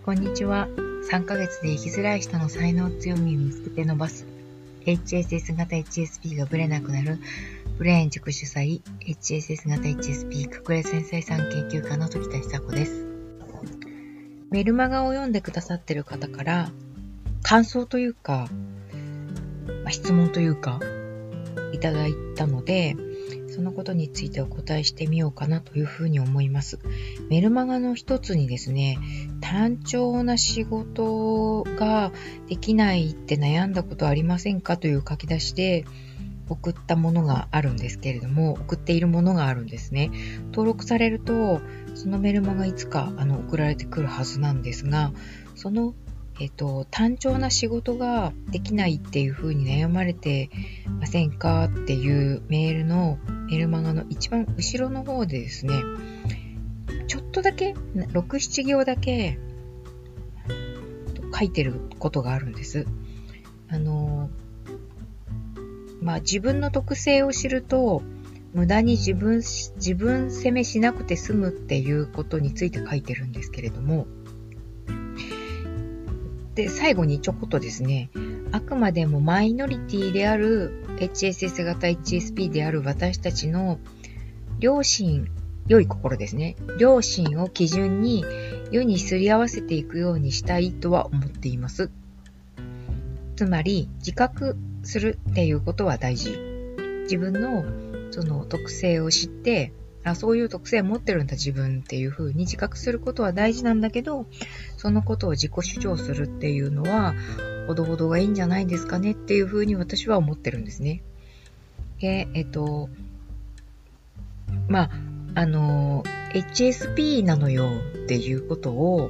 こんにちは。3ヶ月で生きづらい人の才能強みを見つけて伸ばす HSS 型 HSP がブレなくなるブレーン塾主催 HSS 型 HSP 隠れ繊細さん研究家の時田久子です。メルマガを読んでくださっている方から感想というか、質問というかいただいたので、そのことについてお答えしてみようかなというふうに思います。メルマガの一つにですね、単調な仕事ができないって悩んだことありませんかという書き出しで送っているものがあるんですね。登録されると、そのメルマガいつか送られてくるはずなんですが、その単調な仕事ができないっていう風に悩まれてませんかっていうメールマガの一番後ろの方でですね、ちょっとだけ6、7行だけ書いてることがあるんです。自分の特性を知ると無駄に自分責めしなくて済むっていうことについて書いてるんですけれども、で、最後にちょこっとですね、あくまでもマイノリティである HSS 型 HSP である私たちの良い心ですね。良心を基準に世にすり合わせていくようにしたいとは思っています。つまり、自覚するっていうことは大事。自分のその特性を知って、そういう特性を持ってるんだ自分っていう風に自覚することは大事なんだけど、そのことを自己主張するっていうのはほどほどがいいんじゃないですかねっていう風に私は思ってるんですね。で、HSP なのよっていうことを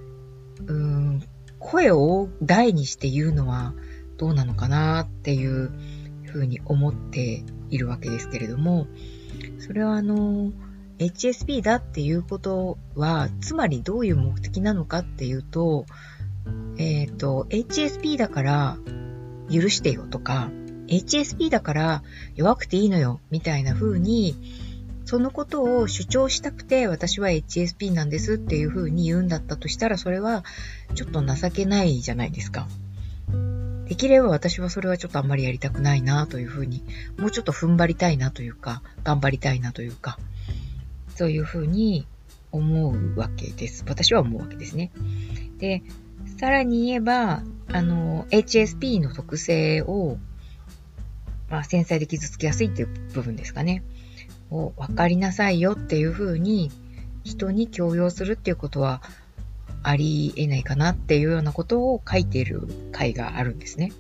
声を大にして言うのはどうなのかなっていう風に思っているわけですけれども、それはHSP だっていうことはつまりどういう目的なのかっていうと、HSP だから許してよとか HSP だから弱くていいのよみたいな風にそのことを主張したくて私は HSP なんですっていう風に言うんだったとしたら、それはちょっと情けないじゃないですか。できれば私はそれはちょっとあんまりやりたくないなというふうに、もうちょっと踏ん張りたいなというか、頑張りたいなというか、そういうふうに思うわけです。私は思うわけですね。で、さらに言えば、HSP の特性を、繊細で傷つきやすいっていう部分ですかね。を分かりなさいよっていうふうに、人に強要するっていうことは、ありえないかなっていうようなことを書いている回があるんですね。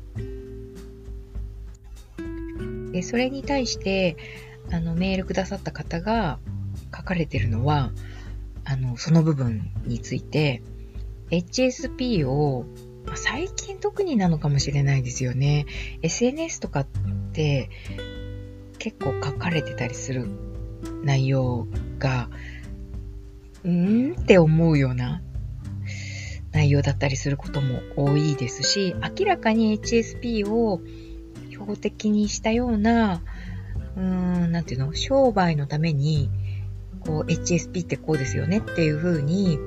で、それに対してメールくださった方が書かれているのはその部分について HSP を最近特になのかもしれないですよね。SNS とかって結構書かれてたりする内容がって思うような内容だったりすることも多いですし、明らかに HSP を標的にしたような、商売のために、HSP ってこうですよねっていう風に、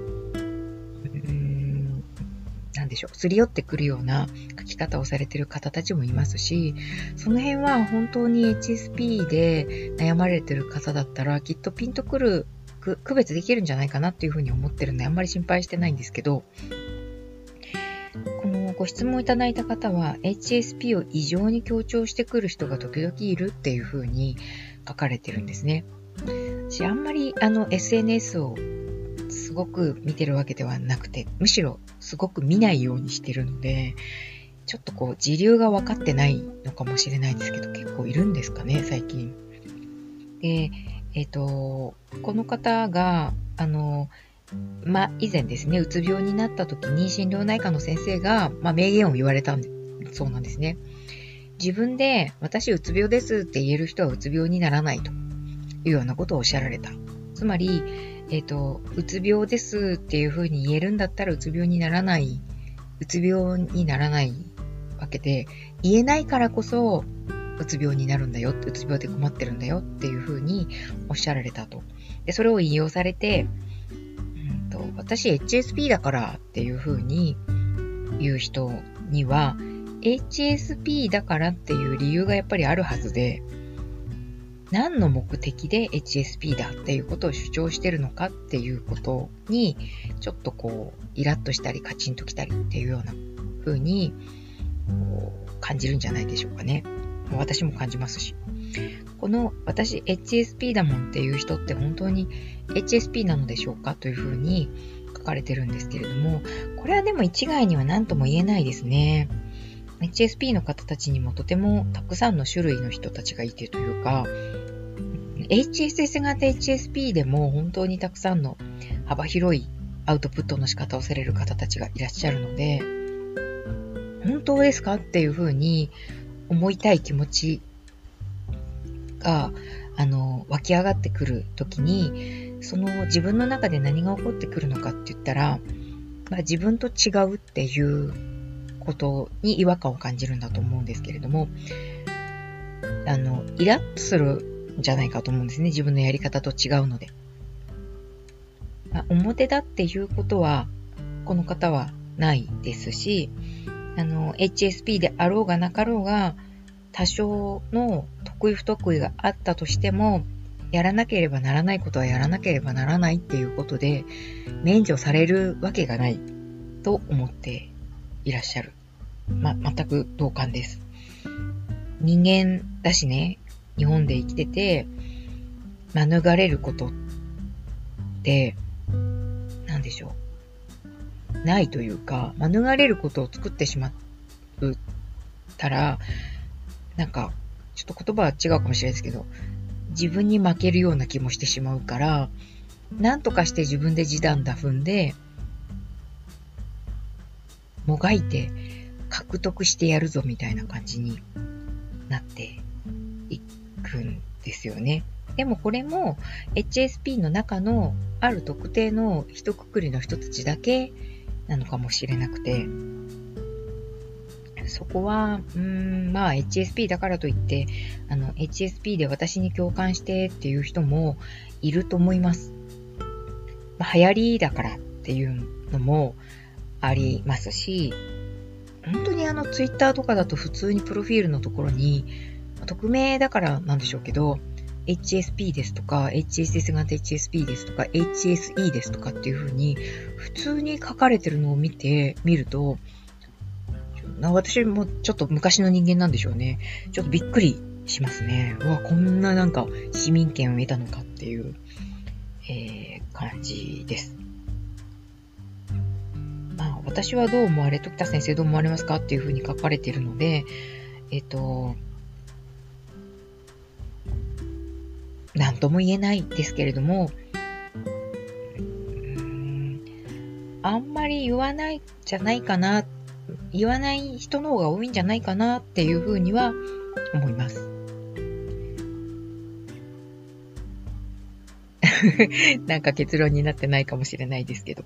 すり寄ってくるような書き方をされている方たちもいますし、その辺は本当に HSP で悩まれている方だったら、きっとピンとくる区別できるんじゃないかなっていうふうに思ってるのであんまり心配してないんですけど、このご質問いただいた方は HSP を異常に強調してくる人が時々いるっていうふうに書かれてるんですね。私あんまりSNS をすごく見てるわけではなくて、むしろすごく見ないようにしてるので、ちょっと時流が分かってないのかもしれないですけど、結構いるんですかね最近。でこの方が、以前ですね、うつ病になった時に心療内科の先生が、名言を言われたそうなんですね。自分で、私うつ病ですって言える人はうつ病にならないというようなことをおっしゃられた。つまり、うつ病ですっていうふうに言えるんだったらうつ病にならないわけで、言えないからこそ、うつ病になるんだよ、うつ病で困ってるんだよっていうふうにおっしゃられたと。で、それを引用されて、 私 HSP だからっていう風に言う人には、HSP だからっていう理由がやっぱりあるはずで、何の目的で HSP だっていうことを主張してるのかっていうことに、ちょっとイラッとしたりカチンときたりっていうような風に感じるんじゃないでしょうかね。私も感じますし。この私 HSP だもんっていう人って本当に HSP なのでしょうかという風に書かれてるんですけれども、これはでも一概には何とも言えないですね。HSP の方たちにもとてもたくさんの種類の人たちがいてというか、HSS 型 HSP でも本当にたくさんの幅広いアウトプットの仕方をされる方たちがいらっしゃるので、本当ですかっていうふうに思いたい気持ちが湧き上がってくるときに、その自分の中で何が起こってくるのかって言ったら、自分と違うっていうことに違和感を感じるんだと思うんですけれども、イラッとするんじゃないかと思うんですね。自分のやり方と違うので。表だっていうことは、この方はないですし、HSP であろうがなかろうが、多少の得意不得意があったとしても、やらなければならないことはやらなければならないっていうことで、免除されるわけがないと思っていらっしゃる。全く同感です。人間だしね、日本で生きてて、免れることって、なんでしょう。ないというか、免れることを作ってしまったら、なんか、ちょっと言葉は違うかもしれないですけど、自分に負けるような気もしてしまうから、なんとかして自分で地団打踏んで、もがいて獲得してやるぞみたいな感じになっていくんですよね。でもこれも HSP の中のある特定の一括りの人たちだけなのかもしれなくて、そこは、HSP だからといって、HSP で私に共感してっていう人もいると思います。流行りだからっていうのもありますし、本当にツイッターとかだと普通にプロフィールのところに、匿名だからなんでしょうけど、HSP ですとか、HSS 型 HSP ですとか、HSE ですとかっていう風に、普通に書かれてるのを見ると、私もちょっと昔の人間なんでしょうね。ちょっとびっくりしますね。うわ、こんななんか市民権を得たのかっていう、感じです。私はどう思われ、時田先生どう思われますかっていう風に書かれているので、なんとも言えないですけれども、あんまり言わないじゃないかな、言わない人の方が多いんじゃないかなっていう風には思います。なんか結論になってないかもしれないですけど。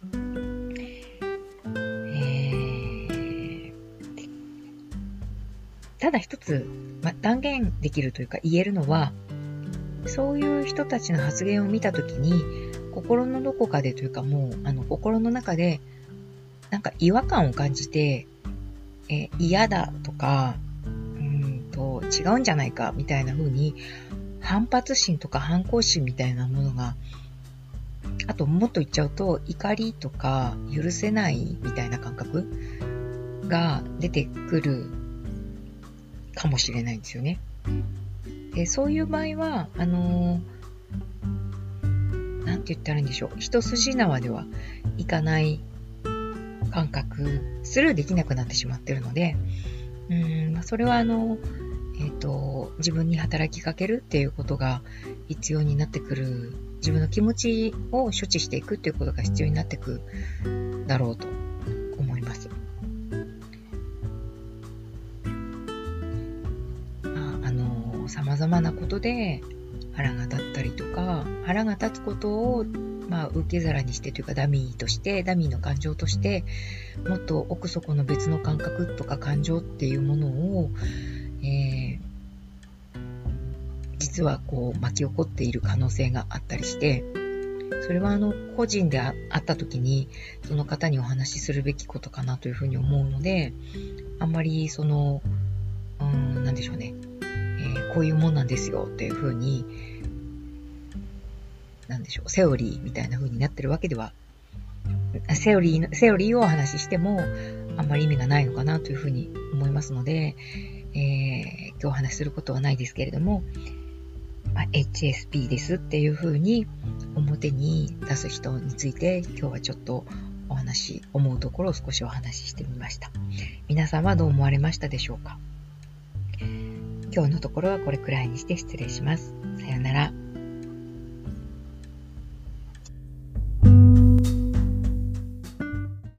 ただ一つ、断言できるというか言えるのは、そういう人たちの発言を見たときに、心のどこかでというかもう、心の中で、なんか違和感を感じて、嫌だとか、違うんじゃないかみたいな風に、反発心とか反抗心みたいなものが、あともっと言っちゃうと、怒りとか許せないみたいな感覚が出てくるかもしれないんですよね。で、そういう場合は、なんて言ったらいいんでしょう。一筋縄ではいかない感覚、スルーできなくなってしまっているので、それは自分に働きかけるっていうことが必要になってくる、自分の気持ちを処置していくっていうことが必要になってくるだろうと思います。様々なことで腹が立ったりとか、腹が立つことを受け皿にしてというかダミーの感情として、もっと奥底の別の感覚とか感情っていうものを、実は巻き起こっている可能性があったりして、 それは個人で会った時に、その方にお話しするべきことかなというふうに思うので、あんまりなんでしょうね、こういうもんなんですよっていうふうに、なんでしょう、セオリーみたいな風になってるわけでは、セオリーをお話ししても、あんまり意味がないのかなというふうに思いますので、今日お話しすることはないですけれども、HSP ですっていう風に表に出す人について今日はちょっと思うところを少しお話ししてみました。皆さんはどう思われましたでしょうか？今日のところはこれくらいにして失礼します。さようなら。